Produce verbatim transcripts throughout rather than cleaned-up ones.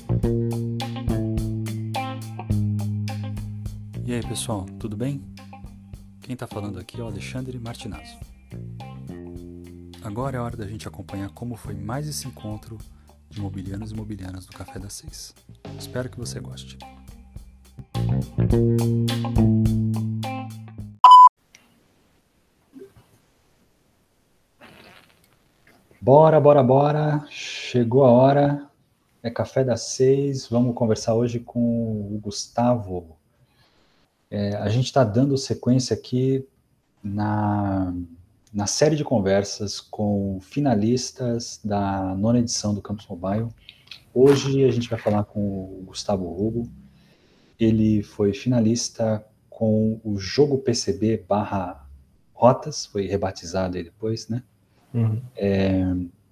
E aí pessoal, tudo bem? Quem está falando aqui é o Alexandre Martinazzo. Agora é hora da gente acompanhar como foi mais esse encontro de imobiliários e imobiliárias do Café das Seis. Espero que você goste. Bora, bora, bora! Chegou a hora, é Café das Seis, vamos conversar hoje com o Gustavo. É, a gente está dando sequência aqui na, na série de conversas com finalistas da nona edição do Campus Mobile. Hoje a gente vai falar com o Gustavo Rubo. Ele foi finalista com o jogo P C B barra Rotas, foi rebatizado aí depois, né? Uhum. É,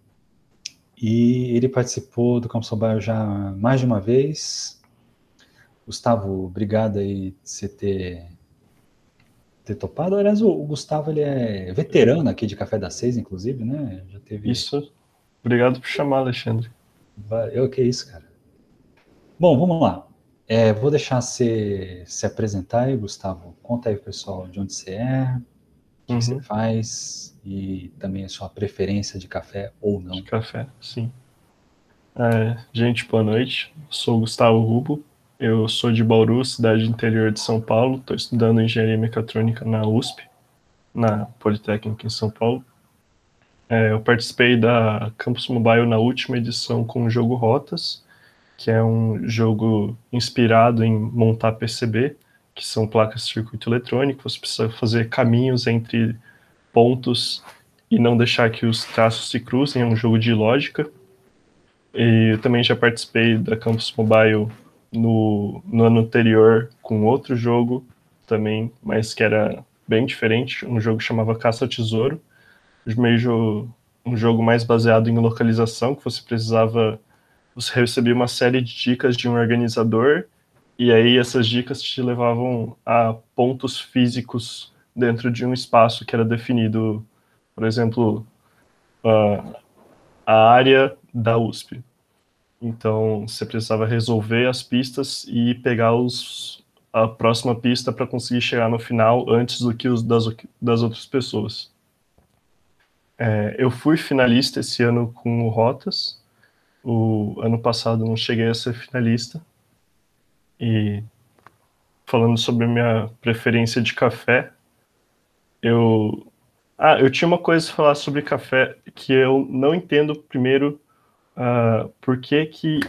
e ele participou do Campus Mobile já mais de uma vez. Gustavo, obrigado aí de você ter, ter topado. Aliás, o, o Gustavo ele é veterano aqui de Café das Seis, inclusive, né? Já teve... Isso. Obrigado por chamar, Alexandre. Eu que isso, cara. Bom, vamos lá. É, vou deixar você se apresentar aí, Gustavo. Conta aí, pessoal, de onde você é, o que, Uhum. que você faz e também a sua preferência de café ou não. De café, sim. É, gente, boa noite. Sou o Gustavo Rubo. Eu sou de Bauru, cidade interior de São Paulo. Estou estudando engenharia mecatrônica na U S P, na Politécnica em São Paulo. É, eu participei da Campus Mobile na última edição com o jogo Rotas, que é um jogo inspirado em montar P C B, que são placas de circuito eletrônico. Você precisa fazer caminhos entre pontos e não deixar que os traços se cruzem. É um jogo de lógica. E eu também já participei da Campus Mobile no, no ano anterior com outro jogo também, mas que era bem diferente. Um jogo que chamava Caça ao Tesouro. Meio um jogo mais baseado em localização, que você precisava... Você recebia uma série de dicas de um organizador, e aí essas dicas te levavam a pontos físicos dentro de um espaço que era definido, por exemplo, a, a área da U S P. Então, você precisava resolver as pistas e pegar os, a próxima pista para conseguir chegar no final antes do que os das, das outras pessoas. É, eu fui finalista esse ano com o Rotas. O ano passado não cheguei a ser finalista. E falando sobre a minha preferência de café, eu... Ah, eu tinha uma coisa a falar sobre café que eu não entendo, primeiro, uh, por que que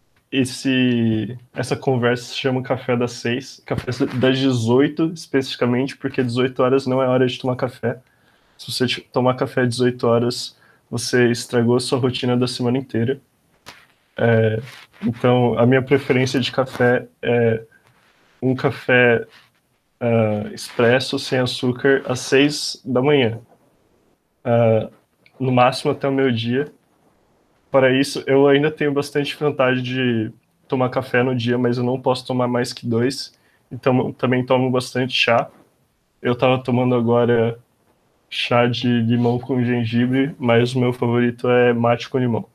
esse, essa conversa se chama Café das Seis, café das dezoito, especificamente, porque dezoito horas não é hora de tomar café. Se você tomar café às dezoito horas, você estragou a sua rotina da semana inteira. É, então, a minha preferência de café é um café uh, expresso, sem açúcar, às seis da manhã. Uh, no máximo até o meio-dia. Para isso, eu ainda tenho bastante vontade de tomar café no dia, mas eu não posso tomar mais que dois. Então, eu também tomo bastante chá. Eu estava tomando agora chá de limão com gengibre, mas o meu favorito é mate com limão.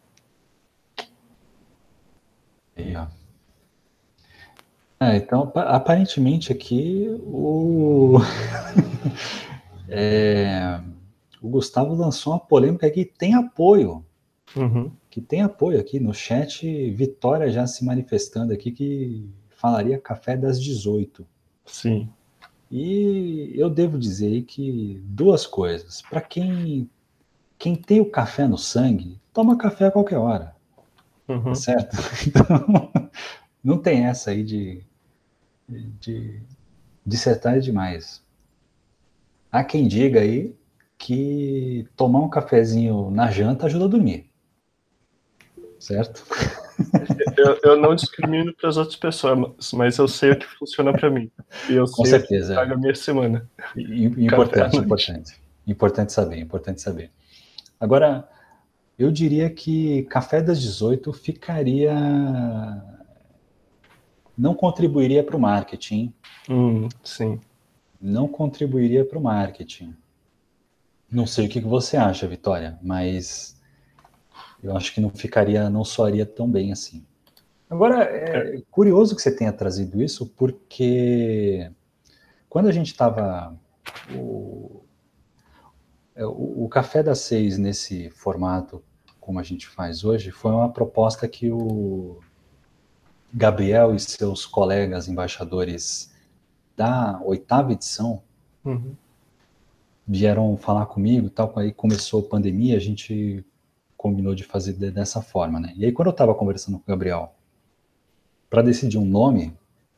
Aí, ó. É, então, aparentemente aqui o... é, o Gustavo lançou uma polêmica que tem apoio. Uhum. Que tem apoio aqui no chat. Vitória já se manifestando aqui que falaria café das dezoito. Sim. E eu devo dizer que duas coisas. Para quem, quem tem o café no sangue, toma café a qualquer hora. Uhum. Tá certo? Então, não tem essa aí de, de dissertar demais. Há quem diga aí que tomar um cafezinho na janta ajuda a dormir. Certo? Eu, eu não discrimino para as outras pessoas, mas eu sei o que funciona para mim. E eu Com sei o que certeza. estraga a minha semana. E, importante, importante. Importante saber, importante saber. Agora, eu diria que café das dezoito ficaria... Não contribuiria para o marketing. Hum, sim. Não contribuiria para o marketing. Não sei o que você acha, Vitória, mas eu acho que não ficaria, não soaria tão bem assim. Agora, é curioso que você tenha trazido isso, porque quando a gente estava... O, o, o Café das Seis, nesse formato como a gente faz hoje, foi uma proposta que o Gabriel e seus colegas embaixadores da oitava edição Uhum. vieram falar comigo, tal, aí começou a pandemia, a gente combinou de fazer dessa forma, né? E aí quando eu estava conversando com o Gabriel para decidir um nome,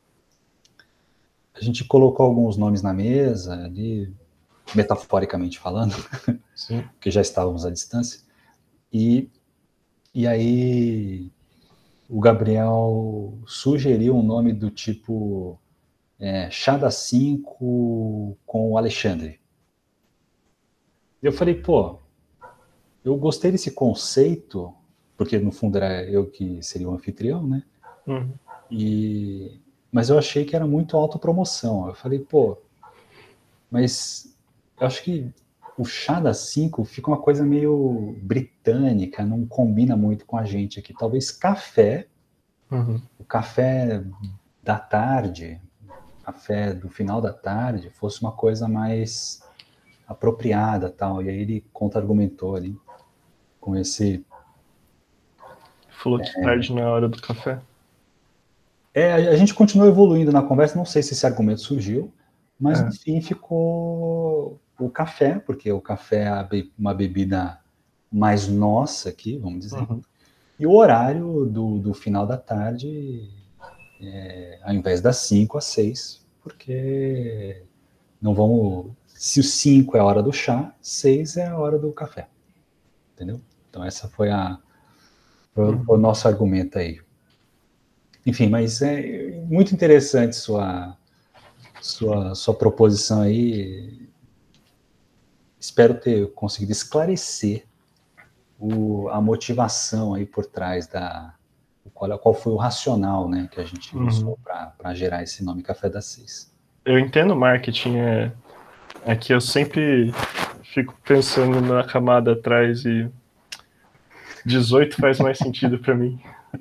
a gente colocou alguns nomes na mesa, ali, metaforicamente falando, Sim. porque já estávamos à distância, e, e aí o Gabriel sugeriu um nome do tipo é, Chá das Cinco com o Alexandre. E eu falei, pô, eu gostei desse conceito, porque no fundo era eu que seria o anfitrião, né? Uhum. E, mas eu achei que era muito autopromoção. Eu falei, pô, mas eu acho que o chá das cinco fica uma coisa meio britânica, não combina muito com a gente aqui. Talvez café, Uhum. o café da tarde, café do final da tarde, fosse uma coisa mais apropriada, tal. E aí ele contra-argumentou ali com esse... Falou que tarde na hora do café. É, a gente continuou evoluindo na conversa, não sei se esse argumento surgiu, mas no É. fim ficou o café, porque o café é uma bebida mais nossa aqui, vamos dizer, Uhum. e o horário do, do final da tarde, é, ao invés das cinco às seis, porque não vamos... Se o cinco é a hora do chá, seis é a hora do café, entendeu? Então essa foi a, foi Uhum. o nosso argumento aí. Enfim, mas é muito interessante sua... Sua, sua proposição aí. Espero ter conseguido esclarecer o, a motivação aí por trás da... Qual, qual foi o racional, né, que a gente Uhum. usou para gerar esse nome Café das Seis. Eu entendo marketing, é, é que eu sempre fico pensando na camada atrás e dezoito faz mais sentido para mim.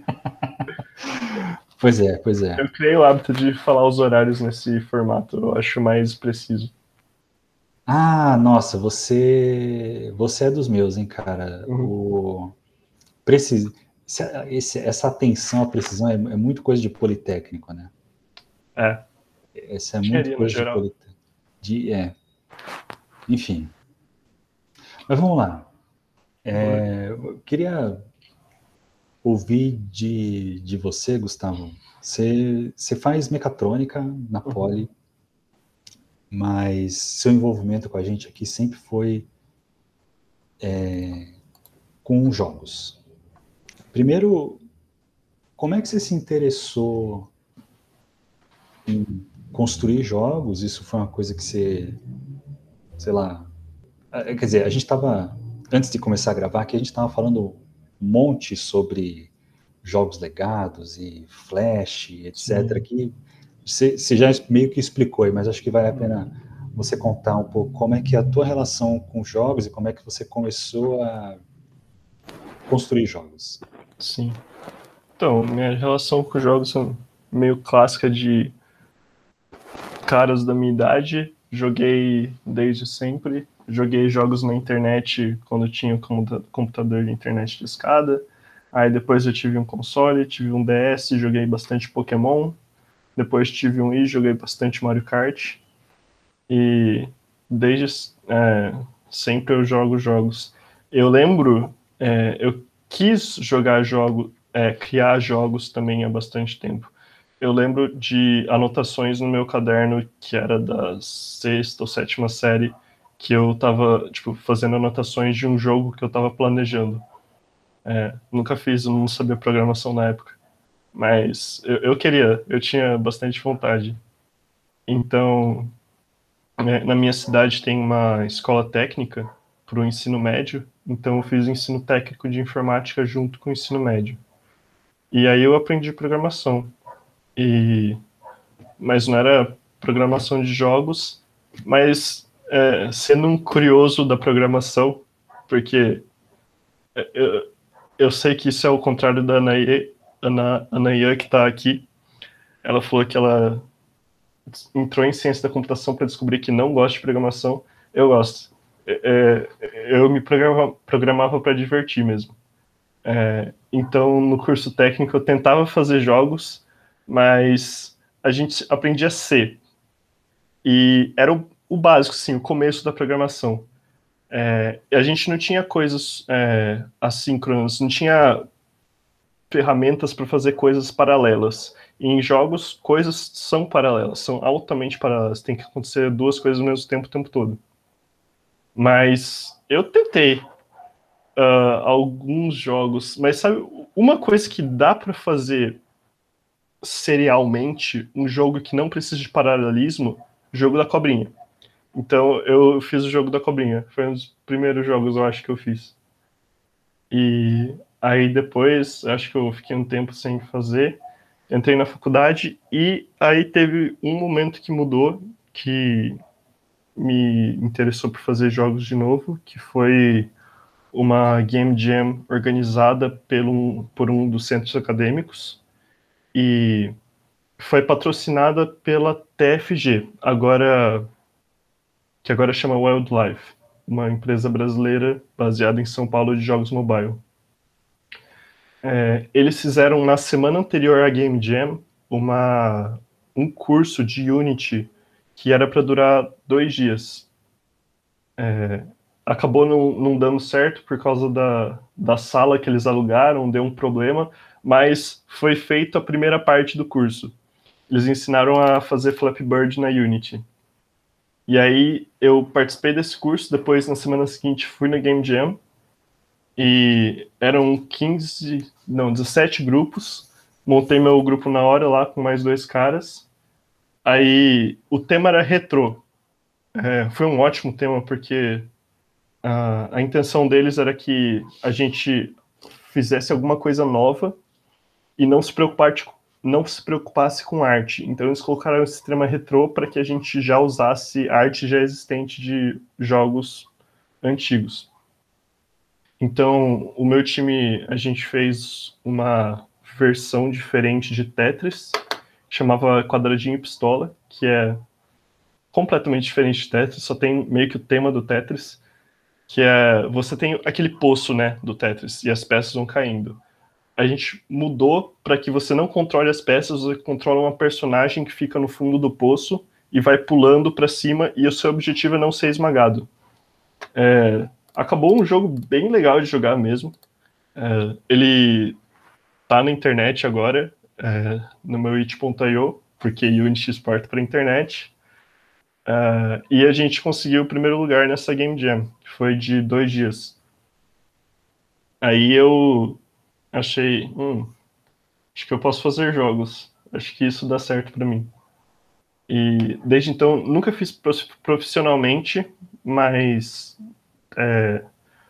Pois é, pois é. Eu criei o hábito de falar os horários nesse formato, eu acho mais preciso. Ah, nossa, você você é dos meus, hein, cara. Uhum. O precis... esse, essa atenção à precisão é, é muito coisa de politécnico, né? É. Essa é muito Engenharia no coisa de geral. politécnico. De, é. Enfim. Mas vamos lá. É, eu queria ouvir de, de você, Gustavo. Você, você faz mecatrônica na Poli, Uhum. mas seu envolvimento com a gente aqui sempre foi é, com jogos. Primeiro, como é que você se interessou em construir jogos? Isso foi uma coisa que você, sei lá... Quer dizer, a gente estava, antes de começar a gravar aqui, a gente estava falando um monte sobre jogos legados e Flash, etcétera, Sim. que você, você já meio que explicou aí, mas acho que vale a pena você contar um pouco como é que é a tua relação com jogos e como é que você começou a construir jogos. Sim. Então, minha relação com jogos é meio clássica de caras da minha idade. Joguei desde sempre. Joguei jogos na internet quando eu tinha um computador de internet de escada. Aí depois eu tive um console, tive um D S, joguei bastante Pokémon. Depois tive um Wii, joguei bastante Mario Kart. E desde é, sempre eu jogo jogos. Eu lembro, é, eu quis jogar jogos, é, criar jogos também há bastante tempo. Eu lembro de anotações no meu caderno que era da sexta ou sétima série, que eu tava, tipo, fazendo anotações de um jogo que eu tava planejando. É, nunca fiz, eu não sabia programação na época. Mas eu, eu queria, eu tinha bastante vontade. Então, na minha cidade tem uma escola técnica para o ensino médio, então eu fiz o ensino técnico de informática junto com o ensino médio. E aí eu aprendi programação. E mas não era programação de jogos, mas é, sendo um curioso da programação, porque eu, eu sei que isso é o contrário da Anaí, Ana, Anayan, que está aqui, ela falou que ela entrou em ciência da computação para descobrir que não gosta de programação. Eu gosto. É, é, eu me programava, programava para divertir mesmo. É, então, no curso técnico, eu tentava fazer jogos, mas a gente aprendia C. E era o, o básico, sim, o começo da programação. É, a gente não tinha coisas é, assíncronas, não tinha ferramentas para fazer coisas paralelas. E em jogos, coisas são paralelas, são altamente paralelas. Tem que acontecer duas coisas ao mesmo tempo o tempo todo. Mas eu tentei uh, alguns jogos, mas sabe, uma coisa que dá para fazer serialmente, um jogo que não precisa de paralelismo, jogo da cobrinha. Então eu fiz o jogo da cobrinha, foi um dos primeiros jogos eu acho que eu fiz. E aí depois, acho que eu fiquei um tempo sem fazer, entrei na faculdade e aí teve um momento que mudou, que me interessou por fazer jogos de novo, que foi uma Game Jam organizada pelo, por um dos centros acadêmicos e foi patrocinada pela T F G, agora, que agora chama Wildlife, uma empresa brasileira baseada em São Paulo de jogos mobile. É, eles fizeram na semana anterior à Game Jam uma, um curso de Unity que era para durar dois dias. É, acabou não, não dando certo por causa da, da sala que eles alugaram, deu um problema, mas foi feita a primeira parte do curso. Eles ensinaram a fazer Flappy Bird na Unity. E aí eu participei desse curso, depois na semana seguinte fui na Game Jam, e eram quinze, não, dezessete grupos, montei meu grupo na hora lá com mais dois caras, aí o tema era retrô. É, foi um ótimo tema porque a, a intenção deles era que a gente fizesse alguma coisa nova e não se preocupar, não se preocupasse com arte. Então eles colocaram esse tema retrô para que a gente já usasse arte já existente de jogos antigos. Então, o meu time, a gente fez uma versão diferente de Tetris, chamava Quadradinho e Pistola, que é completamente diferente de Tetris, só tem meio que o tema do Tetris, que é, você tem aquele poço, né, do Tetris, e as peças vão caindo. A gente mudou para que você não controle as peças, você controla uma personagem que fica no fundo do poço e vai pulando para cima, e o seu objetivo é não ser esmagado. É, acabou um jogo bem legal de jogar mesmo. É, ele tá na internet agora, é, no meu it ponto i o, porque Unity exporta para a internet. É, e a gente conseguiu o primeiro lugar nessa Game Jam, que foi de dois dias. Aí eu achei, hum, acho que eu posso fazer jogos. Acho que isso dá certo para mim. E desde então, nunca fiz profissionalmente, mas é,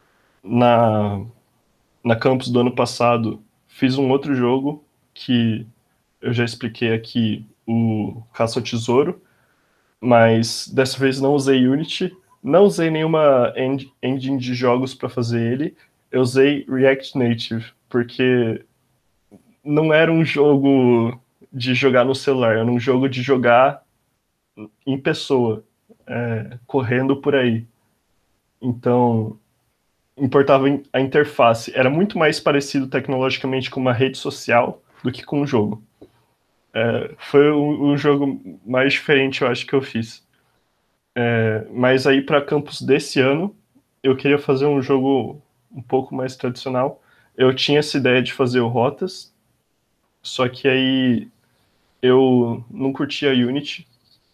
na, na Campus do ano passado fiz um outro jogo que eu já expliquei aqui, o Caça ao Tesouro, mas dessa vez não usei Unity, não usei nenhuma engine de jogos para fazer ele, eu usei React Native, porque não era um jogo de jogar no celular, era um jogo de jogar em pessoa, é, correndo por aí. Então, importava a interface. Era muito mais parecido tecnologicamente com uma rede social do que com um jogo. É, foi o, o jogo mais diferente, eu acho, que eu fiz. É, mas aí, para campus desse ano, eu queria fazer um jogo um pouco mais tradicional. Eu tinha essa ideia de fazer o Rotas, só que aí eu não curtia a Unity.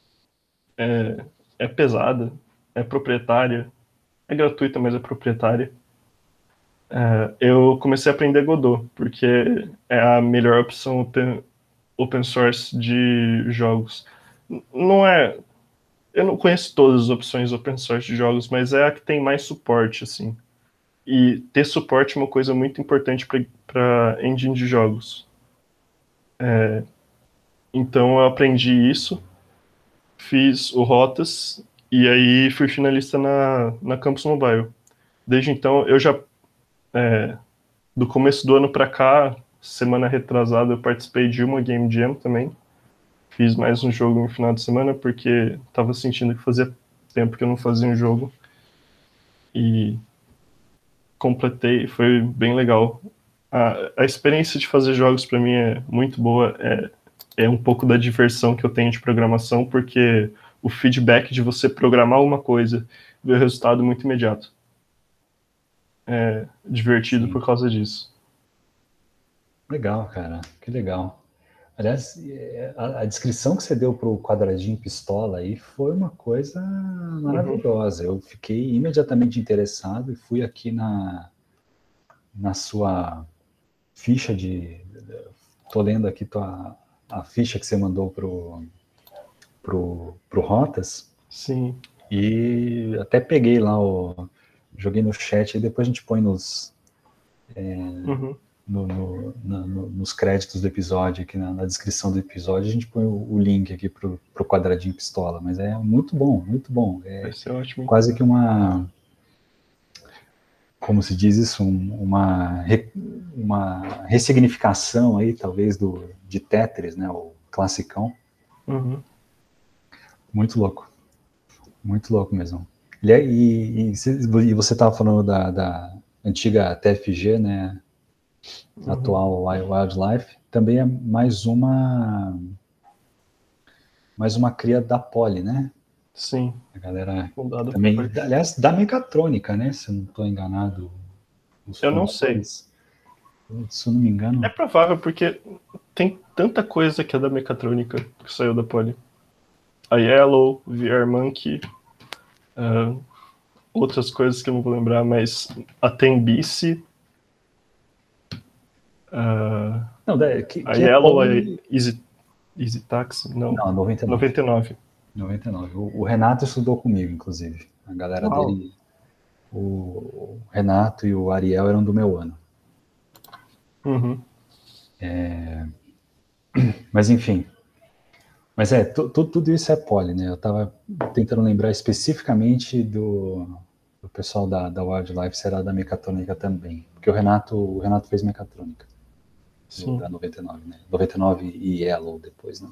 É, é pesada, é proprietária, é gratuita, mas é proprietária. É, eu comecei a aprender Godot, porque é a melhor opção open, open source de jogos. Não é... Eu não conheço todas as opções open source de jogos, mas é a que tem mais suporte, assim. E ter suporte é uma coisa muito importante para engine de jogos. É, então eu aprendi isso, fiz o Rotas, e aí fui finalista na, na Campus Mobile. Desde então, eu já... É, do começo do ano para cá, semana retrasada eu participei de uma Game Jam também. Fiz mais um jogo no final de semana, porque tava sentindo que fazia tempo que eu não fazia um jogo. E completei, foi bem legal. A, a experiência de fazer jogos para mim é muito boa. É, é um pouco da diversão que eu tenho de programação, porque o feedback de você programar uma coisa e ver o resultado muito imediato. É divertido Sim. por causa disso. Legal, cara, que legal. Aliás, é, a, a descrição que você deu para o quadradinho pistola aí foi uma coisa Uhum. maravilhosa. Eu fiquei imediatamente interessado e fui aqui na, na sua ficha de. Tô lendo aqui tua, a ficha que você mandou pro, pro, pro Rotas Sim. e até peguei lá o. Joguei no chat e depois a gente põe nos. Uhum. No, no, na, no, nos créditos do episódio, aqui na, na descrição do episódio, a gente põe o, o link aqui pro, pro quadradinho pistola, mas é muito bom, muito bom. Vai É ser ótimo, então. quase que uma, como se diz isso, um, uma, uma ressignificação aí, talvez, do, de Tetris, né, o classicão. Uhum. Muito louco, muito louco mesmo. E, e, e você estava falando da, da antiga T F G, né, Uhum. atual Wildlife, também é mais uma mais uma cria da Poly, né? Sim. A galera Fundado também, por... aliás, da Mecatrônica, né? Se eu não estou enganado, os Eu não sei. fundadores, se eu não me É engano. provável, porque tem tanta coisa que é da Mecatrônica que saiu da Poly. A Yellow, V R Monkey, uh, outras coisas que eu não vou lembrar, mas a Tembice, uh, Não, que, a que é Yellow, a Poly. Easy, Easy Taxi, não, Não, noventa e nove. noventa e nove. noventa e nove. O, o Renato estudou comigo, inclusive. A galera Uau. dele, o Renato e o Ariel eram do meu ano. Uhum. É, mas enfim. Mas é, tu, tu, tudo isso é Poly, né? Eu estava tentando lembrar especificamente do, do pessoal da, da Wildlife, será da Mecatrônica também. Porque o Renato, o Renato fez Mecatrônica. Do, da noventa e nove, né? noventa e nove e Yellow depois, né?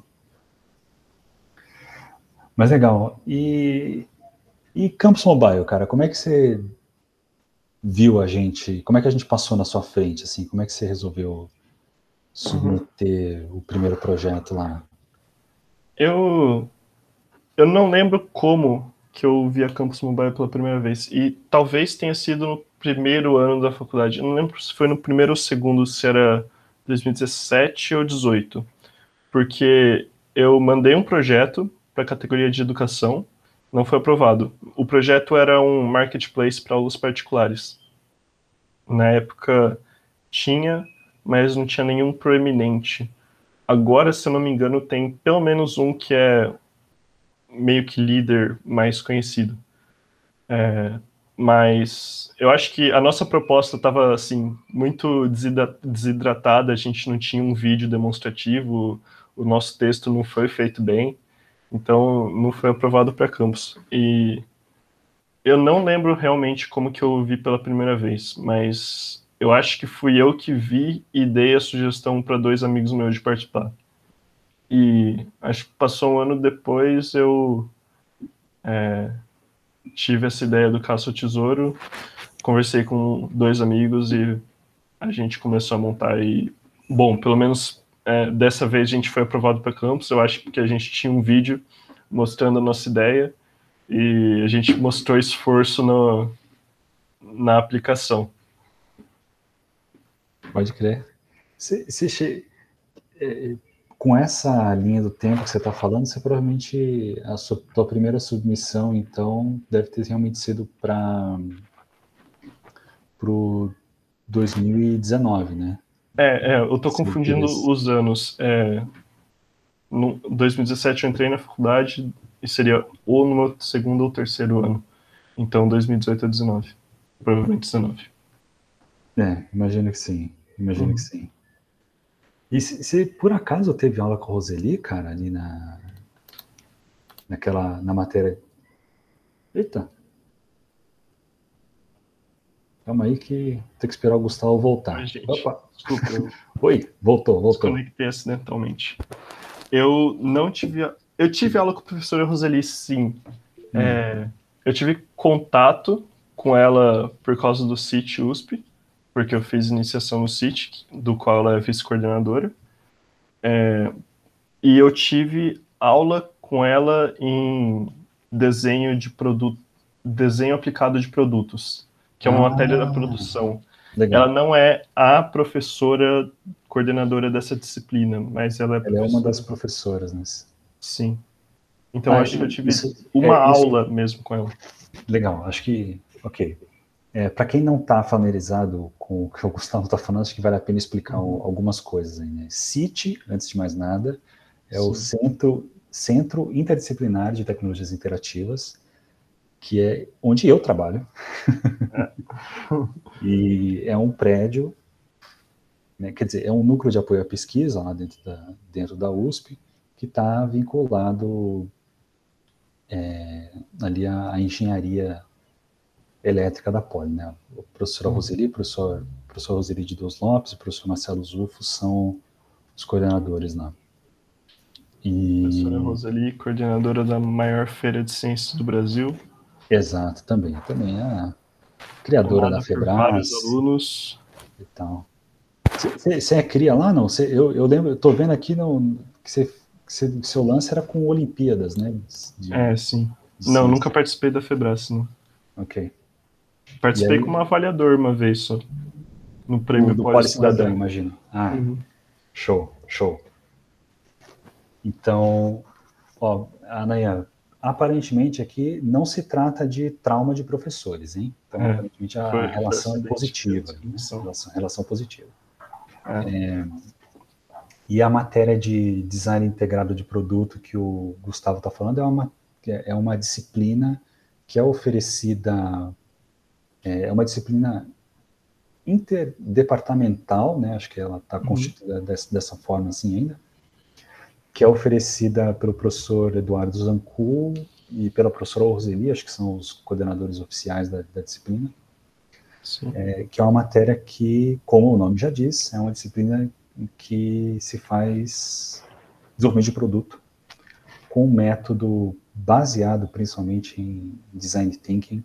Mas legal. E, e Campus Mobile, cara, como é que você viu a gente, como é que a gente passou na sua frente, assim, como é que você resolveu submeter uhum. o primeiro projeto lá? Eu, eu não lembro como que eu vi a Campus Mobile pela primeira vez, e talvez tenha sido no primeiro ano da faculdade. Eu não lembro se foi no primeiro ou segundo, se era dois mil e dezessete ou dezoito, porque eu mandei um projeto para a categoria de educação, não foi aprovado. O projeto era um marketplace para aulas particulares. Na época tinha, mas não tinha nenhum proeminente. Agora, se eu não me engano, tem pelo menos um que é meio que líder mais conhecido. É, mas eu acho que a nossa proposta estava assim muito desidratada, a gente não tinha um vídeo demonstrativo, o nosso texto não foi feito bem, então não foi aprovado para campus. E eu não lembro realmente como que eu vi pela primeira vez, mas eu acho que fui eu que vi e dei a sugestão para dois amigos meus de participar. E acho que passou um ano depois eu é, tive essa ideia do caça ao tesouro, conversei com dois amigos e a gente começou a montar. E, bom, pelo menos é, dessa vez a gente foi aprovado para campus. Eu acho que a gente tinha um vídeo mostrando a nossa ideia e a gente mostrou esforço no, na aplicação. Pode crer. Se, se che... é, com essa linha do tempo que você está falando, você provavelmente a sua tua primeira submissão, então, deve ter realmente sido para o dois mil e dezenove, né? É, é eu tô Você confundindo teve esse... os anos. É, no dois mil e dezessete eu entrei na faculdade e seria ou no meu segundo ou terceiro ano. Então dois mil e dezoito ou dezenove. Provavelmente dezenove. É, imagino que sim. Imagino Uhum. que sim. E se, se por acaso teve aula com a Roseli, cara, ali na... naquela... na matéria... Eita! Calma aí que tem que esperar o Gustavo voltar. Oi, gente. Opa! Desculpa. Oi, voltou, voltou. Desconectei acidentalmente. Eu não tive... Eu tive aula com a professora Roseli, sim. Hum. É, eu tive contato com ela por causa do C I T U S P, porque eu fiz iniciação no C I T, do qual ela é vice-coordenadora. É, e eu tive aula com ela em desenho de produto, desenho aplicado de produtos, que é uma ah, matéria da produção. Legal. Ela não é a professora coordenadora dessa disciplina, mas ela é Ela é uma das professoras, né? Sim. Então ah, acho que eu tive isso, uma é, aula isso... mesmo com ela. Legal, acho que, ok. É, para quem não está familiarizado com o que o Gustavo está falando, acho que vale a pena explicar uhum. algumas coisas aí, né? C I T, antes de mais nada, é Sim. o Centro, Centro Interdisciplinar de Tecnologias Interativas, que é onde eu trabalho. É. E é um prédio, né, quer dizer, é um núcleo de apoio à pesquisa lá dentro da, dentro da U S P, que está vinculado é, ali à, à engenharia elétrica da Poli, né? O professor Roseli, o professor, professor Roseli de Deus Lopes, o professor Marcelo Zufo são os coordenadores lá. E... Professora Roseli, coordenadora da maior feira de ciências do Brasil. Exato, também. Também a criadora Tomada da Febras. Por vários alunos. E tal. Você é cria lá, não? Cê, eu, eu lembro, eu tô vendo aqui no, que você que seu lance era com Olimpíadas, né? De, é, sim. Não, ciência. Nunca participei da Febras, não. Ok. Participei aí, como avaliador uma vez só. No prêmio do Poli Cidadão, imagino. Ah, uhum. show, show. Então, ó, Anaia, aparentemente aqui não se trata de trauma de professores, hein? Então, é, aparentemente a foi, relação foi é positiva. Né? Relação, relação positiva. É. É, e a matéria de design integrado de produto que o Gustavo está falando é uma, é uma disciplina que é oferecida, é uma disciplina interdepartamental, né? Acho que ela está constituída uhum. dessa, dessa forma assim ainda, que é oferecida pelo professor Eduardo Zancu e pela professora Roseli, acho que são os coordenadores oficiais da, da disciplina, é, que é uma matéria que, como o nome já diz, é uma disciplina em que se faz desenvolvimento de produto com um método baseado principalmente em design thinking,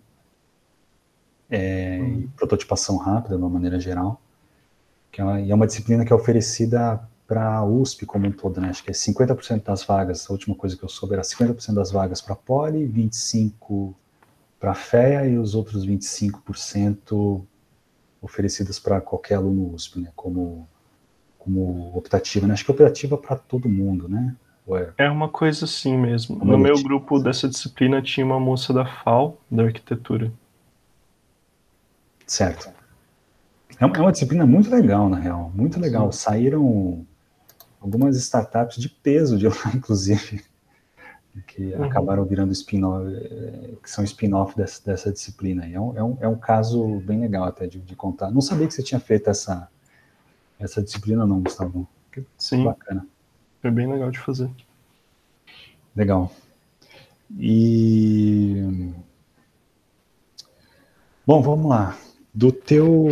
é, uhum. e prototipação rápida, de uma maneira geral, que é uma, e é uma disciplina que é oferecida para a U S P como um todo, né? Acho que é cinquenta por cento das vagas, a última coisa que eu soube era cinquenta por cento das vagas para a Poli, vinte e cinco por cento para a F E A e os outros vinte e cinco por cento oferecidas para qualquer aluno U S P, né? Como, como optativa, né? Acho que é optativa para todo mundo, né? É... é uma coisa assim mesmo. No meu grupo dessa disciplina tinha uma moça da F A U, da arquitetura. Certo. É uma disciplina muito legal, na real, muito legal. Sim. Saíram algumas startups de peso de lá, inclusive, que uhum. acabaram virando spin-off, que são spin-off dessa, dessa disciplina. É um, é, um, é um caso bem legal até de, de contar. Não sabia que você tinha feito essa, essa disciplina não, Gustavo. Que Sim, bacana. Foi bem legal de fazer. Legal. E... Bom, vamos lá. Do teu...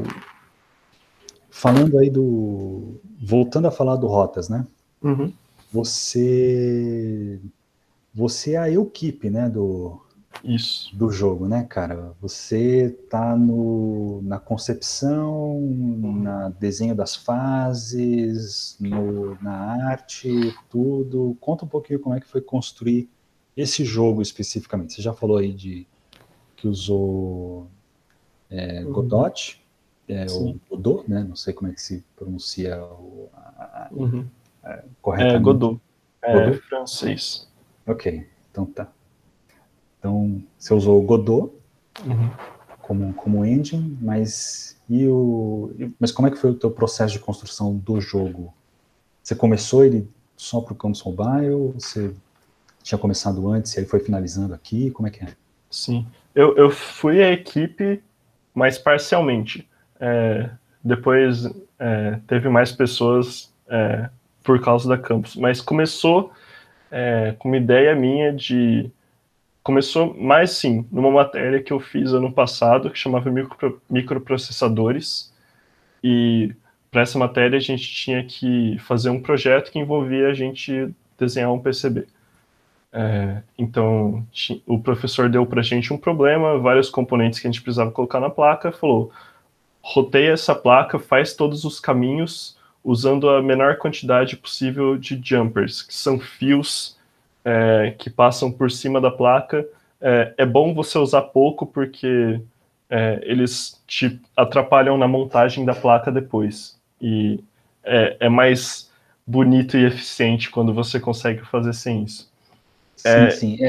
Falando aí do... Voltando a falar do Rotas, né? Uhum. Você... Você é a equipe, né, do... Isso. do jogo, né, cara? Você tá no, na concepção, uhum. na desenho das fases, no, na arte, tudo. Conta um pouquinho como é que foi construir esse jogo especificamente. Você já falou aí de que usou é, uhum. Godot, é, o Godot, né? Não sei como é que se pronuncia o, a, uhum. a, corretamente. É Godot. É Godot? francês. Ok, então tá. Então, você usou o Godot uhum. como, como engine, mas, e o, mas como é que foi o teu processo de construção do jogo? Você começou ele só para o Campus Mobile? Você tinha começado antes e aí foi finalizando aqui? Como é que é? Sim, eu, eu fui a equipe, mas parcialmente. É, depois é, teve mais pessoas é, por causa da Campus, mas começou é, com uma ideia minha de... Começou mais, sim, numa matéria que eu fiz ano passado, que chamava micro, microprocessadores, e para essa matéria a gente tinha que fazer um projeto que envolvia a gente desenhar um P C B. É, então, o professor deu para a gente um problema, vários componentes que a gente precisava colocar na placa, falou, roteia essa placa, faz todos os caminhos usando a menor quantidade possível de jumpers, que são fios é, que passam por cima da placa. É, é bom você usar pouco, porque é, eles te atrapalham na montagem da placa depois. E é, é mais bonito e eficiente quando você consegue fazer sem isso. Sim, é... sim.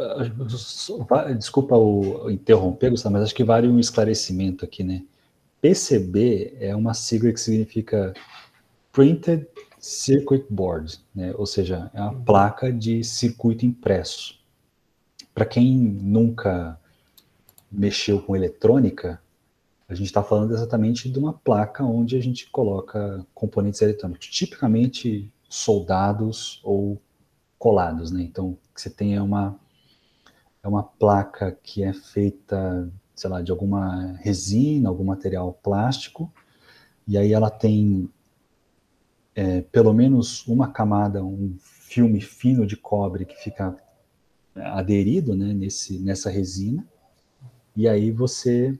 É, desculpa o interromper, Gustavo, mas acho que vale um esclarecimento aqui, né? P C B é uma sigla que significa Printed Circuit Board, né? Ou seja, é uma placa de circuito impresso. Para quem nunca mexeu com eletrônica, a gente está falando exatamente de uma placa onde a gente coloca componentes eletrônicos, tipicamente soldados ou colados, né? Então, o que você tem é uma, é uma placa que é feita, sei lá, de alguma resina, algum material plástico, e aí ela tem é, pelo menos uma camada, um filme fino de cobre que fica aderido, né, nesse, nessa resina, e aí você,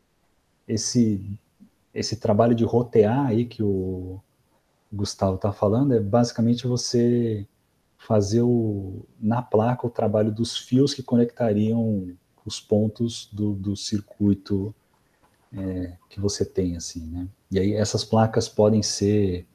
esse, esse trabalho de rotear aí que o Gustavo está falando, é basicamente você fazer o, na placa o trabalho dos fios que conectariam os pontos do, do circuito é, que você tem, assim, né? E aí essas placas podem ser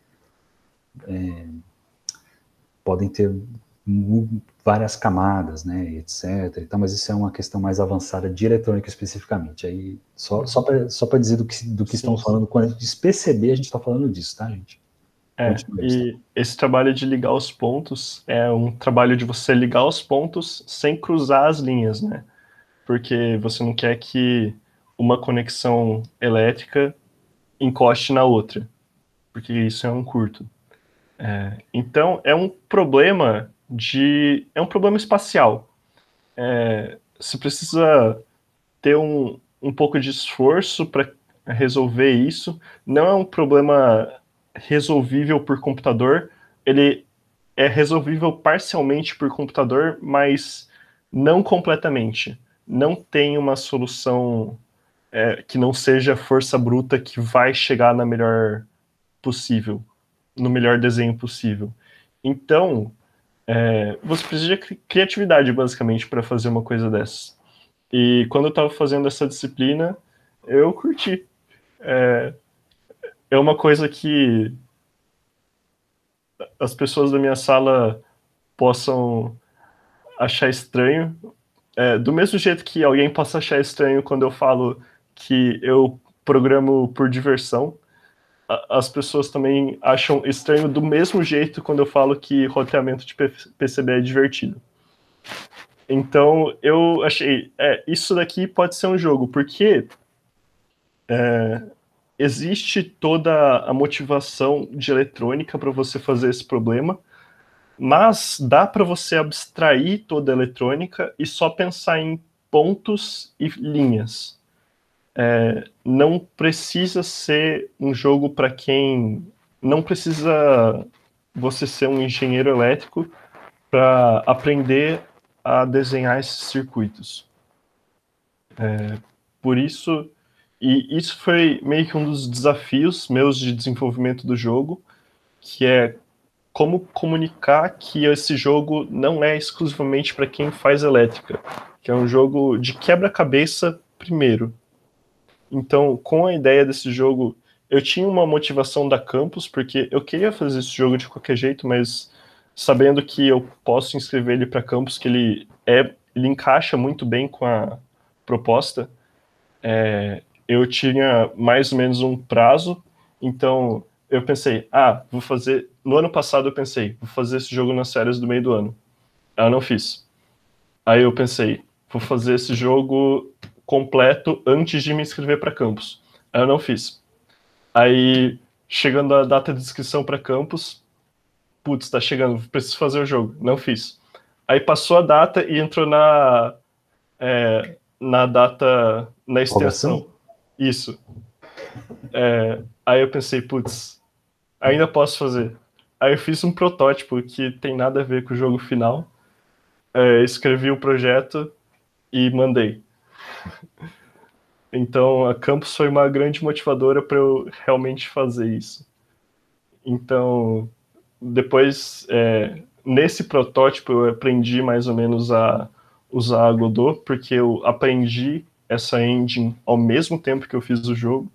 é, podem ter várias camadas, né, etc. Então, mas isso é uma questão mais avançada de eletrônica especificamente. Aí, só, só para só dizer do que, do que estamos falando, quando a gente diz P C B, a gente está falando disso, tá, gente? É, e esse trabalho de ligar os pontos é um trabalho de você ligar os pontos sem cruzar as linhas, né? Porque você não quer que uma conexão elétrica encoste na outra, porque isso é um curto. É, então, é um problema de... é um problema espacial. É, você precisa ter um, um pouco de esforço para resolver isso. Não é um problema resolvível por computador, ele é resolvível parcialmente por computador, mas não completamente. Não tem uma solução é, que não seja força bruta que vai chegar na melhor possível, no melhor desenho possível. Então, é, você precisa de criatividade, basicamente, para fazer uma coisa dessa. E quando eu estava fazendo essa disciplina, eu curti. É, é uma coisa que as pessoas da minha sala possam achar estranho. É, do mesmo jeito que alguém possa achar estranho quando eu falo que eu programo por diversão, a, as pessoas também acham estranho do mesmo jeito quando eu falo que roteamento de P C B é divertido. Então eu achei, é, isso daqui pode ser um jogo, porque é, existe toda a motivação de eletrônica para você fazer esse problema, mas dá para você abstrair toda a eletrônica e só pensar em pontos e linhas. É, não precisa ser um jogo para quem... Não precisa você ser um engenheiro elétrico para aprender a desenhar esses circuitos. É, por isso... E isso foi meio que um dos desafios meus de desenvolvimento do jogo, que é como comunicar que esse jogo não é exclusivamente para quem faz elétrica, que é um jogo de quebra-cabeça primeiro. Então, com a ideia desse jogo, eu tinha uma motivação da Campus, porque eu queria fazer esse jogo de qualquer jeito, mas sabendo que eu posso inscrever ele para Campus, que ele, é, ele encaixa muito bem com a proposta, é, eu tinha mais ou menos um prazo, então eu pensei, ah, vou fazer... No ano passado eu pensei, vou fazer esse jogo nas férias do meio do ano. Aí eu não fiz. Aí eu pensei, vou fazer esse jogo completo antes de me inscrever para campus. Aí eu não fiz. Aí, chegando a data de inscrição para campus, putz, tá chegando, preciso fazer o jogo. Não fiz. Aí passou a data e entrou na, é, na data, na extensão. Isso. É, aí eu pensei, putz, ainda posso fazer. Aí eu fiz um protótipo que tem nada a ver com o jogo final, é, escrevi o projeto e mandei. Então a Campus foi uma grande motivadora para eu realmente fazer isso. Então, depois, é, nesse protótipo eu aprendi mais ou menos a usar a Godot, porque eu aprendi essa engine ao mesmo tempo que eu fiz o jogo.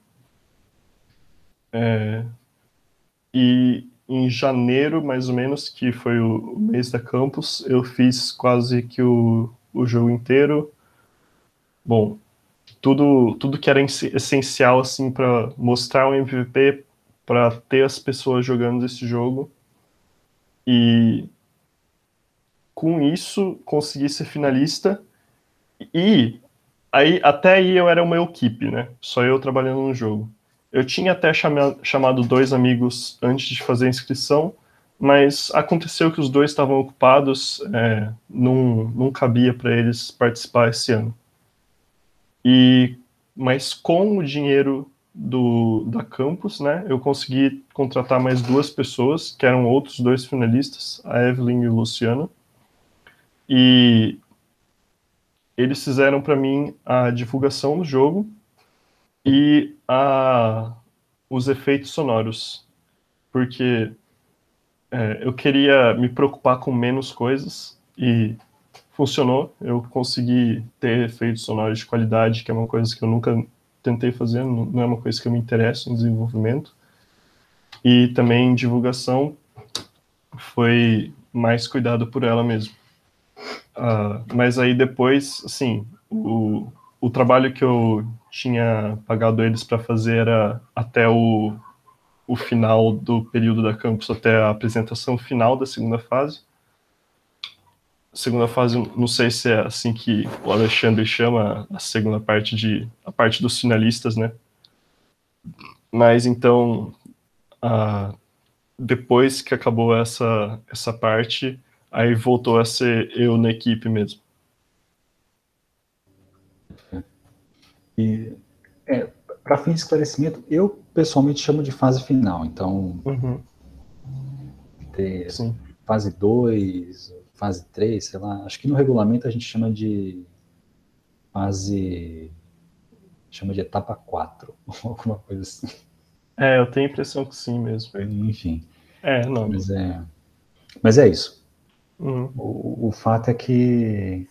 É, e em janeiro, mais ou menos, que foi o mês da Campus, eu fiz quase que o, o jogo inteiro. Bom, tudo, tudo que era essencial assim para mostrar o M V P, para ter as pessoas jogando esse jogo. E com isso consegui ser finalista. E aí até aí eu era uma equipe, né? Só eu trabalhando no jogo. Eu tinha até chama, chamado dois amigos antes de fazer a inscrição, mas aconteceu que os dois estavam ocupados, é, não, não cabia para eles participar esse ano. E mas com o dinheiro do da Campus, né, eu consegui contratar mais duas pessoas, que eram outros dois finalistas, a Evelyn e o Luciano. E eles fizeram para mim a divulgação do jogo e a, os efeitos sonoros, porque é, eu queria me preocupar com menos coisas e funcionou. Eu consegui ter efeitos sonoros de qualidade, que é uma coisa que eu nunca tentei fazer, não é uma coisa que eu me interesso em desenvolvimento. E também divulgação foi mais cuidado por ela mesmo. Uh, mas aí depois, assim, o, o trabalho que eu tinha pagado eles para fazer era até o, o final do período da Campus, até a apresentação final da segunda fase. Segunda fase, não sei se é assim que o Alexandre chama a segunda parte, de a parte dos finalistas, né? Mas então, uh, depois que acabou essa, essa parte, aí voltou a ser eu na equipe mesmo. E, é, para fim de esclarecimento, eu pessoalmente chamo de fase final. Então, uhum. ter Sim. fase dois, fase três, sei lá. Acho que no regulamento a gente chama de fase... chama de etapa quatro, alguma coisa assim. É, eu tenho a impressão que sim mesmo. Enfim. É, não. Mas é, mas é isso. Uhum. O, o fato é que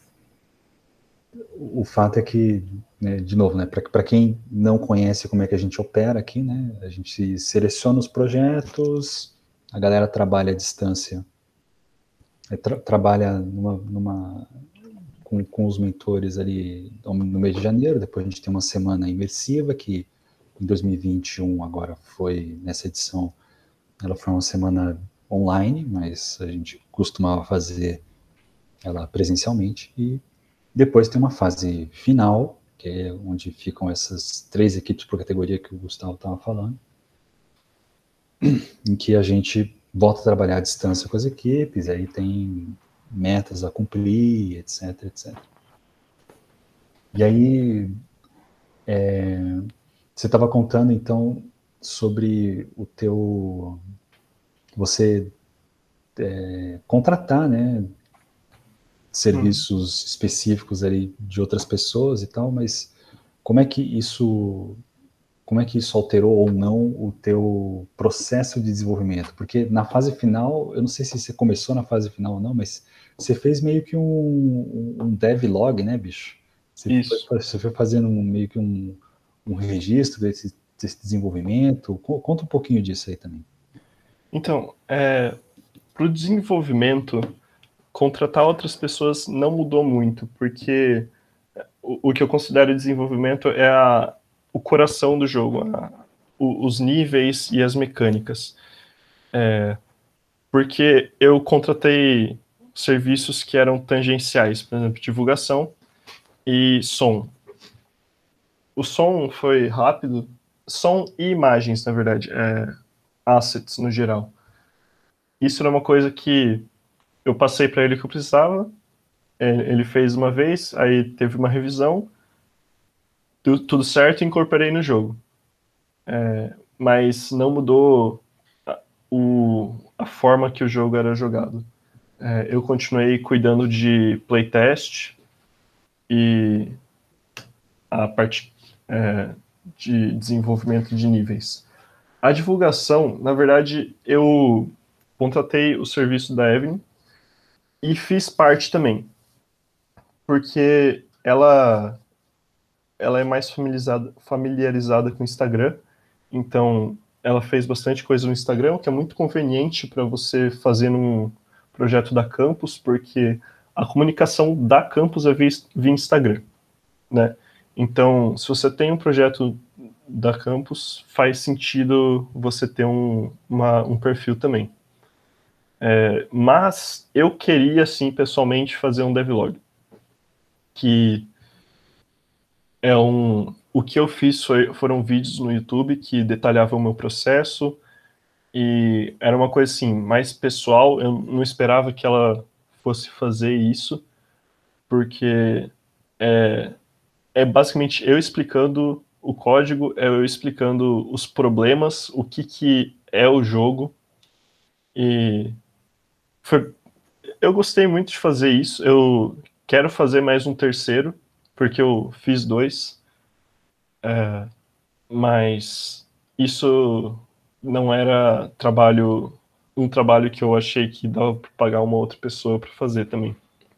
o fato é que, né, de novo, né, para quem não conhece como é que a gente opera aqui, né, a gente seleciona os projetos, a galera trabalha à distância, tra trabalha numa, numa com, com os mentores ali no mês de janeiro, depois a gente tem uma semana imersiva, que em dois mil e vinte e um agora foi, nessa edição, ela foi uma semana online, mas a gente costumava fazer ela presencialmente, e depois tem uma fase final, que é onde ficam essas três equipes por categoria que o Gustavo estava falando, em que a gente volta a trabalhar à distância com as equipes, aí tem metas a cumprir, etc, etcétera. E aí, é, você estava contando, então, sobre o teu... você é, contratar, né, serviços hum. específicos ali de outras pessoas e tal, mas como é que isso... como é que isso alterou ou não o teu processo de desenvolvimento? Porque na fase final, eu não sei se você começou na fase final ou não, mas você fez meio que um, um devlog, né, bicho? Você Isso. Foi, você foi fazendo um, meio que um, um registro desse, desse desenvolvimento. Conta um pouquinho disso aí também. Então, é, para o desenvolvimento, contratar outras pessoas não mudou muito, porque o, o que eu considero desenvolvimento é a, o coração do jogo, a, o, os níveis e as mecânicas. É, porque eu contratei serviços que eram tangenciais, por exemplo, divulgação e som. O som foi rápido, som e imagens, na verdade, é, assets no geral. Isso era uma coisa que eu passei para ele que eu precisava, ele fez uma vez, aí teve uma revisão, tudo certo e incorporei no jogo. É, mas não mudou o, a forma que o jogo era jogado. É, eu continuei cuidando de playtest e a parte é, de desenvolvimento de níveis. A divulgação, na verdade, eu contratei o serviço da Evelyn e fiz parte também, porque ela, ela é mais familiarizada, familiarizada com o Instagram, então ela fez bastante coisa no Instagram, o que é muito conveniente para você fazer num projeto da Campus, porque a comunicação da Campus é via, via Instagram, né? Então, se você tem um projeto da Campus, faz sentido você ter um, uma, um perfil também. É, mas eu queria, sim, pessoalmente, fazer um devlog. Que é um... O que eu fiz foi, foram vídeos no YouTube que detalhavam o meu processo e era uma coisa, assim, mais pessoal. Eu não esperava que ela fosse fazer isso, porque é, é basicamente eu explicando o código, é eu explicando os problemas, o que, que é o jogo. E foi, eu gostei muito de fazer isso. Eu quero fazer mais um terceiro, porque eu fiz dois. É, mas isso não era trabalho, um trabalho que eu achei que dava para pagar uma outra pessoa para fazer também.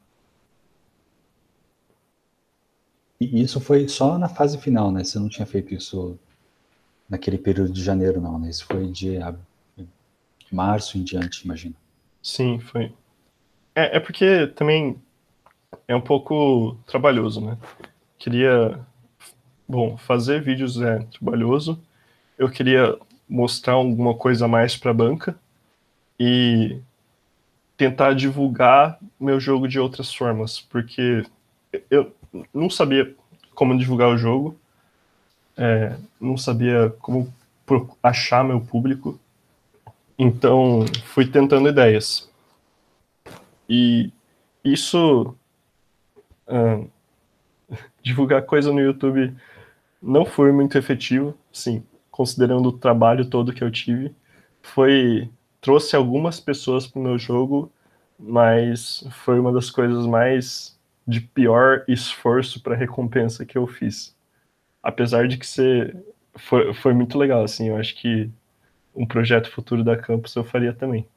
E isso foi só na fase final, né? Você não tinha feito isso naquele período de janeiro, não, né? Isso foi de março em diante, imagino. Sim, foi. É, é porque também é um pouco trabalhoso, né? Queria, bom, fazer vídeos é trabalhoso. Eu queria mostrar alguma coisa a mais para a banca e tentar divulgar meu jogo de outras formas, porque eu não sabia como divulgar o jogo, é, não sabia como achar meu público, então fui tentando ideias. E isso, uh, divulgar coisa no YouTube não foi muito efetivo, sim, considerando o trabalho todo que eu tive. Foi, trouxe algumas pessoas para o meu jogo, mas foi uma das coisas mais de pior esforço para recompensa que eu fiz. Apesar de que ser, foi, foi muito legal, assim, eu acho que um projeto futuro da Campus eu faria também.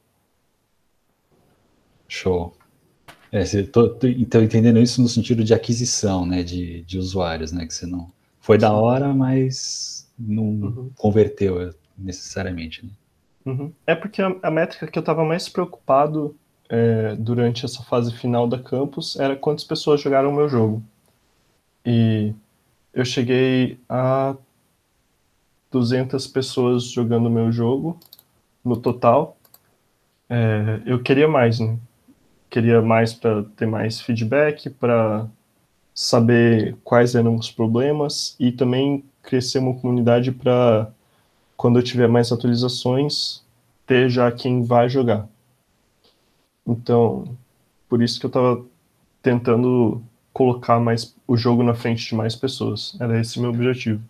Show. É, você, tô, tô, então, entendendo isso no sentido de aquisição, né, de, de usuários, né, que você não... Foi da Sim. hora, mas não Uhum. converteu necessariamente, né? Uhum. É porque a, a métrica que eu estava mais preocupado é, durante essa fase final da Campus era quantas pessoas jogaram o meu jogo. E eu cheguei a duzentas pessoas jogando o meu jogo no total. É, eu queria mais, né? Queria mais para ter mais feedback, para saber quais eram os problemas e também crescer uma comunidade para, quando eu tiver mais atualizações, ter já quem vai jogar. Então, por isso que eu estava tentando colocar mais o jogo na frente de mais pessoas. Era esse o meu objetivo.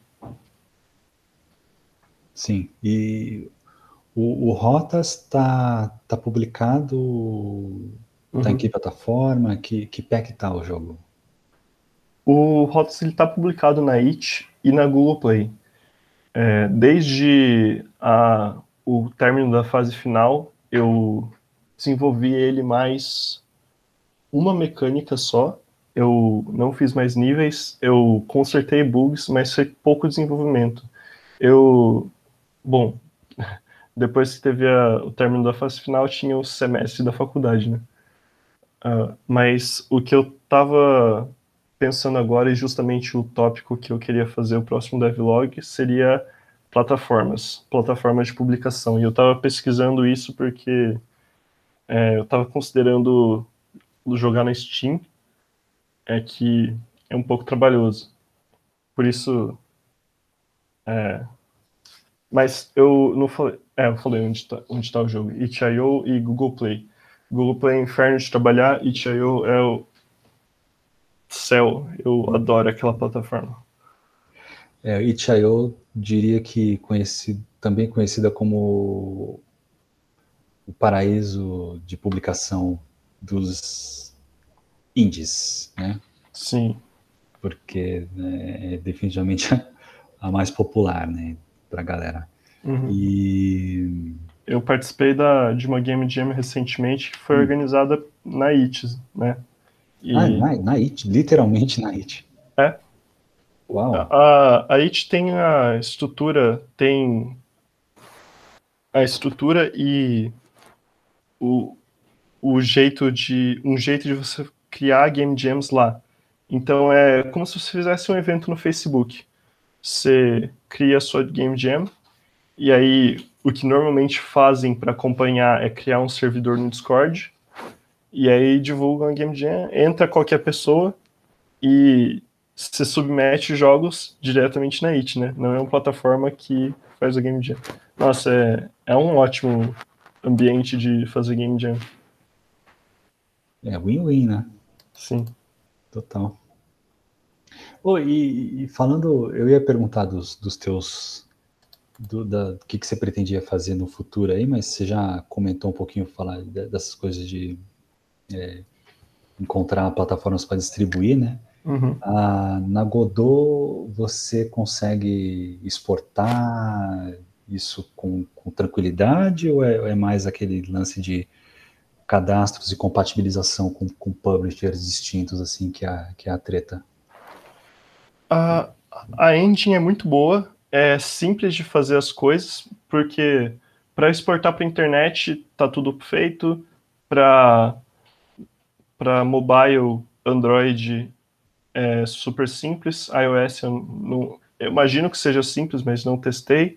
Sim. E o, o Rotas está tá publicado, está em Uhum. que plataforma? Que, que pé que tá o jogo? O Rotas está publicado na itch e na Google Play. É, desde a, o término da fase final, eu desenvolvi ele mais uma mecânica só. Eu não fiz mais níveis, eu consertei bugs, mas foi pouco desenvolvimento. Eu, bom, depois que teve a, o término da fase final, tinha o semestre da faculdade, né? Uh, mas o que eu estava pensando agora, e justamente o tópico que eu queria fazer o próximo devlog, seria plataformas, plataformas de publicação. E eu estava pesquisando isso porque é, eu estava considerando jogar na Steam, é que é um pouco trabalhoso. Por isso, é, mas eu não falei, é, eu falei onde está onde tá o jogo, itch ponto i o e Google Play. Google Play é inferno de trabalhar, itch ponto i o é o céu, eu adoro aquela plataforma. É, itch ponto i o diria que conheci, também conhecida como o paraíso de publicação dos indies, né? Sim. Porque né, é definitivamente a mais popular, né, pra galera. Uhum. E... Eu participei da, de uma Game Jam recentemente que foi Hum. organizada na I T, né? E... Ah, na, na I T, literalmente na I T. É. Uau. A, a I T tem a estrutura, tem a estrutura e o, o jeito de um jeito de você criar game jams lá. Então é como se você fizesse um evento no Facebook. Você cria a sua game jam e aí o que normalmente fazem para acompanhar é criar um servidor no Discord e aí divulgam a game jam, entra qualquer pessoa e se submete jogos diretamente na I T, né? Não é uma plataforma que faz a game jam. Nossa, é, é um ótimo ambiente de fazer game jam. É win-win, né? Sim. Total. Oh, e, e falando, eu ia perguntar dos, dos teus, do, da, do que, que você pretendia fazer no futuro aí, mas você já comentou um pouquinho, falar dessas coisas de é, encontrar plataformas para distribuir, né? Uhum. Ah, na Godot você consegue exportar isso com, com tranquilidade ou é, é mais aquele lance de cadastros e compatibilização com, com publishers distintos assim que é, a, que é a treta? A, a engine é muito boa, é simples de fazer as coisas, porque para exportar para internet tá tudo feito, para para mobile, Android é super simples, iOS eu, não, eu imagino que seja simples, mas não testei.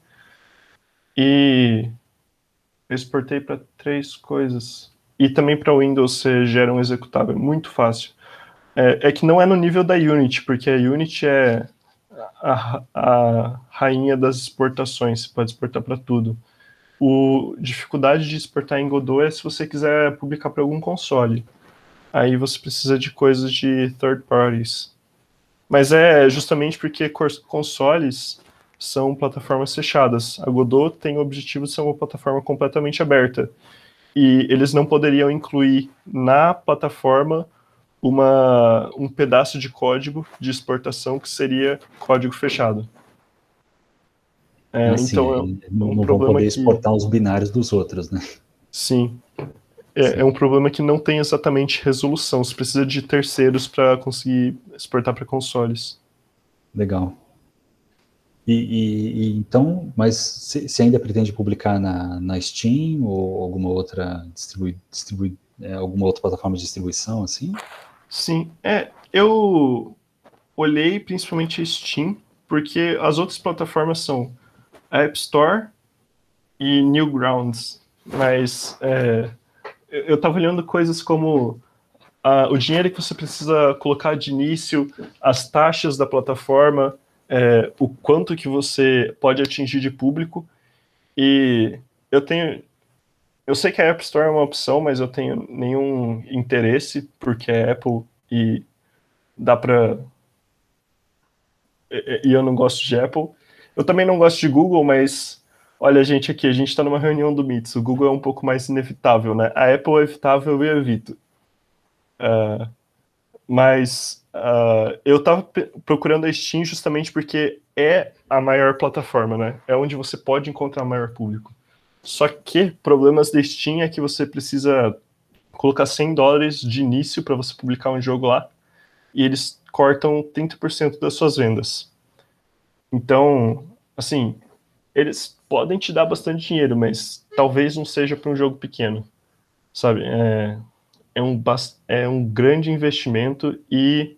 E eu exportei para três coisas. E também para Windows você gera um executável, é muito fácil. É, é que não é no nível da Unity, porque a Unity é a, a rainha das exportações, você pode exportar para tudo. O dificuldade de exportar em Godot é se você quiser publicar para algum console. Aí você precisa de coisas de third parties. Mas é justamente porque consoles são plataformas fechadas. A Godot tem o objetivo de ser uma plataforma completamente aberta. E eles não poderiam incluir na plataforma uma, um pedaço de código de exportação que seria código fechado. É, Assim, então aí é não, um não vão problema poder que, exportar os binários dos outros, né? sim, é, é Sim, um problema que não tem exatamente resolução. Você precisa de terceiros para conseguir exportar para consoles. legal. E, e- e então, mas você ainda pretende publicar na, na Steam ou alguma outra distribui, distribui, é, alguma outra plataforma de distribuição assim? Sim, é, eu olhei principalmente a Steam, porque as outras plataformas são a App Store e Newgrounds, mas é, eu estava olhando coisas como ah, o dinheiro que você precisa colocar de início, as taxas da plataforma, é, o quanto que você pode atingir de público, e eu tenho, eu sei que a App Store é uma opção, mas eu tenho nenhum interesse, porque é Apple e dá para e eu não gosto de Apple. Eu também não gosto de Google, mas olha, gente, aqui, a gente está numa reunião do Meets. O Google é um pouco mais inevitável, né? A Apple é evitável e eu evito. Uh, mas uh, eu estava procurando a Steam justamente porque é a maior plataforma, né? É onde você pode encontrar maior público. Só que problemas da Steam é que você precisa colocar cem dólares de início para você publicar um jogo lá e eles cortam trinta por cento das suas vendas. Então, assim, eles podem te dar bastante dinheiro, mas talvez não seja para um jogo pequeno, sabe? É, é, um, é um grande investimento e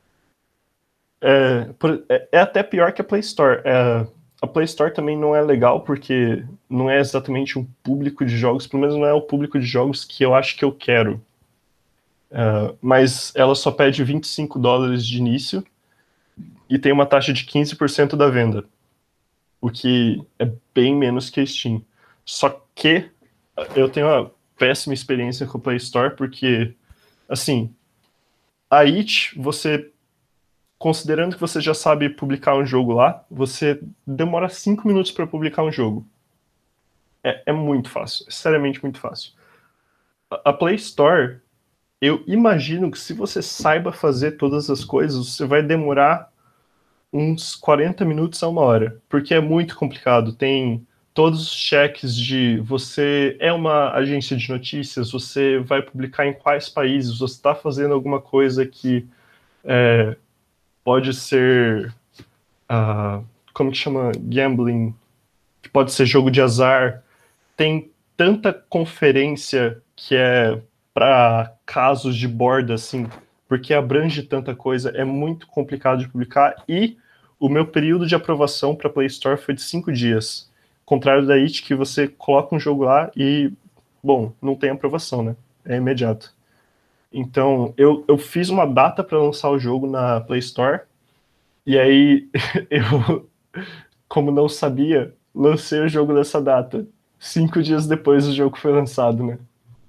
é, é, é até pior que a Play Store. É, a Play Store também não é legal porque não é exatamente um público de jogos, pelo menos não é o público de jogos que eu acho que eu quero. É, mas ela só pede vinte e cinco dólares de início e tem uma taxa de quinze por cento da venda, o que é bem menos que a Steam. Só que eu tenho uma péssima experiência com a Play Store, porque, assim, a It, você, considerando que você já sabe publicar um jogo lá, você demora cinco minutos para publicar um jogo. É, é muito fácil, é seriamente muito fácil. A, a Play Store, eu imagino que se você saiba fazer todas as coisas, você vai demorar uns quarenta minutos a uma hora, porque é muito complicado. Tem todos os cheques de você é uma agência de notícias, você vai publicar em quais países, você está fazendo alguma coisa que é, pode ser, uh, como que chama, gambling, que pode ser jogo de azar. Tem tanta conferência que é para casos de borda, assim, porque abrange tanta coisa, é muito complicado de publicar. E o meu período de aprovação para Play Store foi de cinco dias. Contrário da It, que você coloca um jogo lá e, bom, não tem aprovação, né? É imediato. Então, eu, eu fiz uma data para lançar o jogo na Play Store, e aí eu, como não sabia, lancei o jogo nessa data. Cinco dias depois o jogo foi lançado, né?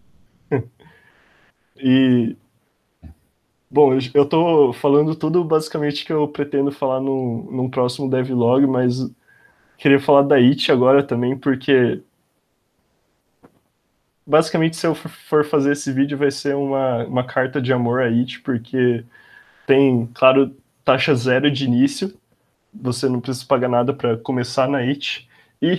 E, bom, eu tô falando tudo basicamente que eu pretendo falar no, num próximo devlog, mas queria falar da It agora também, porque basicamente se eu for fazer esse vídeo vai ser uma, uma carta de amor a It, porque tem, claro, taxa zero de início, você não precisa pagar nada para começar na It, e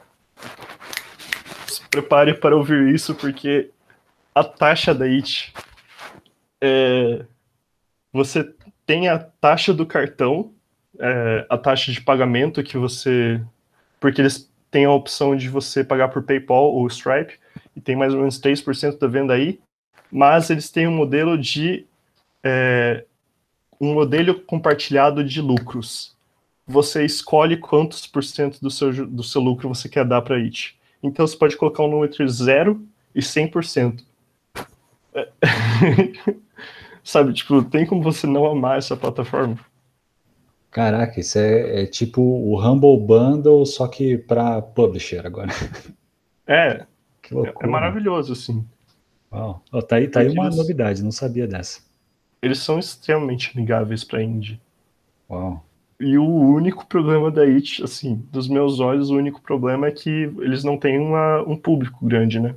se prepare para ouvir isso, porque a taxa da It é, você tem a taxa do cartão, é, a taxa de pagamento que você. Porque eles têm a opção de você pagar por PayPal ou Stripe, e tem mais ou menos três por cento da venda aí, mas eles têm um modelo de. É, um modelo compartilhado de lucros. Você escolhe quantos por cento do seu, do seu lucro você quer dar para it. Então você pode colocar um número entre zero e cem por cento. É. Sabe, tipo, tem como você não amar essa plataforma? Caraca, isso é, é tipo o Humble Bundle, só que para publisher agora. É, Que é, é loucura. maravilhoso, assim. Uau. Ó, tá aí, tá aí Porque uma eles, novidade, não sabia dessa. eles são extremamente amigáveis para indie. Uau. E o único problema da It, assim, dos meus olhos, o único problema é que eles não têm uma, um público grande, né?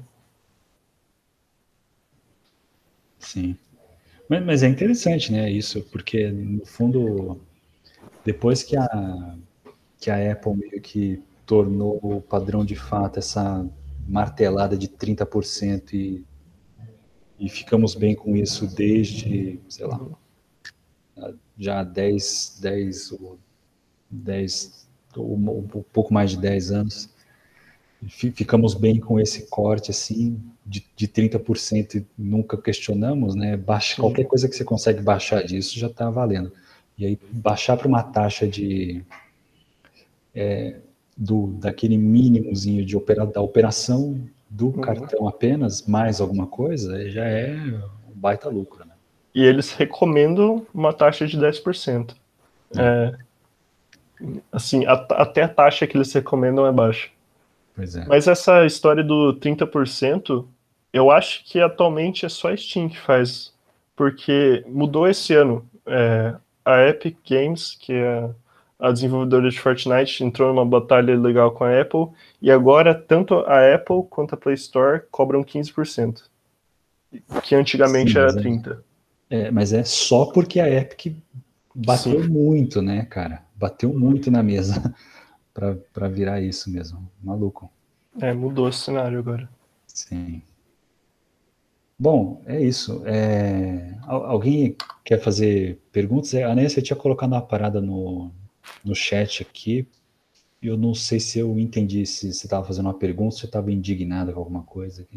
Sim. Mas, mas é interessante, né, isso, porque no fundo, depois que a, que a Apple meio que tornou o padrão de fato essa martelada de trinta por cento e, e ficamos bem com isso desde, sei lá, Uhum. já dez dez ou dez ou um pouco mais de dez anos, ficamos bem com esse corte assim de, de trinta por cento e nunca questionamos, né? Baixa, qualquer Sim. coisa que você consegue baixar disso já está valendo. E aí baixar para uma taxa de é, do daquele mínimozinho de opera, da operação do Uhum. cartão apenas mais alguma coisa já é um baita lucro, né? E eles recomendam uma taxa de dez por cento. É, É, assim, a, até a taxa que eles recomendam é baixa. pois é. Mas essa história do trinta por cento, eu acho que atualmente é só a Steam que faz. Porque mudou esse ano. É, a Epic Games, que é a desenvolvedora de Fortnite, entrou numa batalha legal com a Apple. E agora, tanto a Apple quanto a Play Store cobram quinze por cento. Que Sim, antigamente era mas é, trinta por cento. é, mas é só porque a Epic Sim, bateu muito, né, cara? Bateu muito na mesa para virar isso mesmo. Maluco. é, mudou esse cenário agora. Sim. Bom, é isso. É, alguém quer fazer perguntas? É, a Nancy tinha colocado uma parada no, no chat aqui. E eu não sei se eu entendi se você estava fazendo uma pergunta, se você estava indignado com alguma coisa aqui.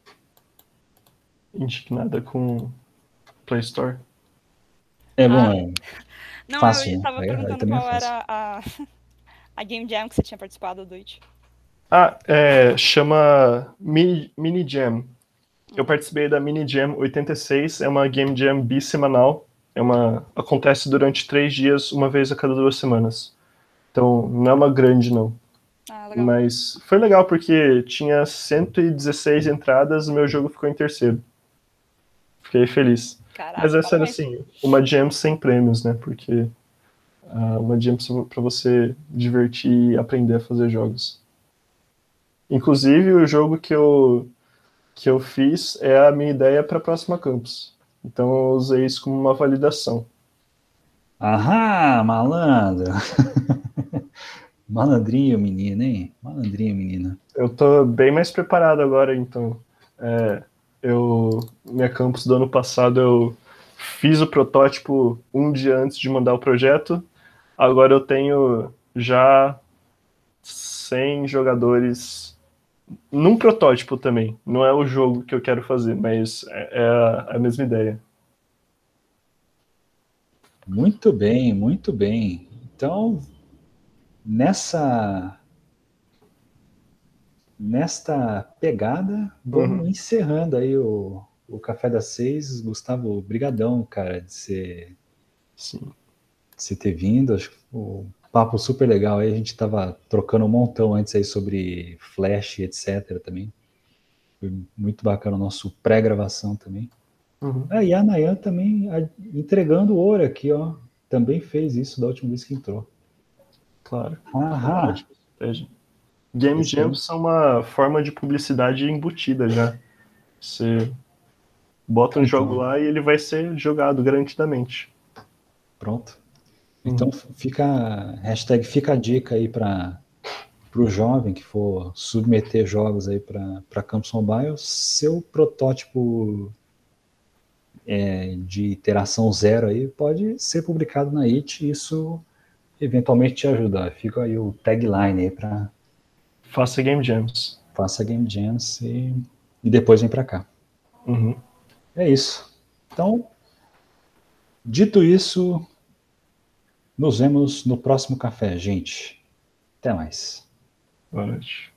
Indignada com Play Store. É bom, Ah, é não, eu fácil, né? estava Aí, aí perguntando também é qual fácil. era a, a Game Jam que você tinha participado do It. Ah, é, chama Mini, Mini Jam. Eu participei da Mini Jam oitenta e seis, é uma Game Jam bissemanal. É uma, acontece durante três dias, uma vez a cada duas semanas. Então, não é uma grande, não. Ah, legal. Mas foi legal porque tinha cento e dezesseis entradas e meu jogo ficou em terceiro. Fiquei feliz. Mas Caraca, essa era parabéns. assim, uma jam sem prêmios, né? Porque uh, uma jam para você divertir e aprender a fazer jogos. Inclusive, o jogo que eu, que eu fiz é a minha ideia para a próxima campus. Então, eu usei isso como uma validação. Aham, malandro. Malandrinho, menino, hein? Malandrinho, menina. Eu tô bem mais preparado agora, então. É, eu, minha campus do ano passado, eu fiz o protótipo um dia antes de mandar o projeto. Agora eu tenho já cem jogadores num protótipo também. Não é o jogo que eu quero fazer, mas é, é a, a mesma ideia. Muito bem, muito bem. Então, nessa nesta pegada, vamos Uhum. encerrando aí o, o Café das Seis. Gustavo, brigadão, cara, de você, Sim. de você ter vindo. Acho que o papo super legal aí. A gente tava trocando um montão antes aí sobre Flash, etcétera também. Foi muito bacana o nosso pré-gravação também. Uhum. Ah, e a Nayan também a, entregando ouro aqui, ó. Também fez isso da última vez que entrou. Claro. Aham. Ótima estratégia. Game Excelente. jams são uma forma de publicidade embutida já. Você bota um jogo Então, lá e ele vai ser jogado garantidamente. pronto. Então Uhum. fica, hashtag fica a dica aí para o jovem que for submeter jogos aí para Campus Mobile, seu protótipo é, de iteração zero aí pode ser publicado na I T e isso eventualmente te ajudar. Fica aí o tagline aí para Faça game jams. faça Game Jams e, e depois vem para cá. Uhum. É isso. Então, dito isso, nos vemos no próximo café, gente. Até mais. Boa noite.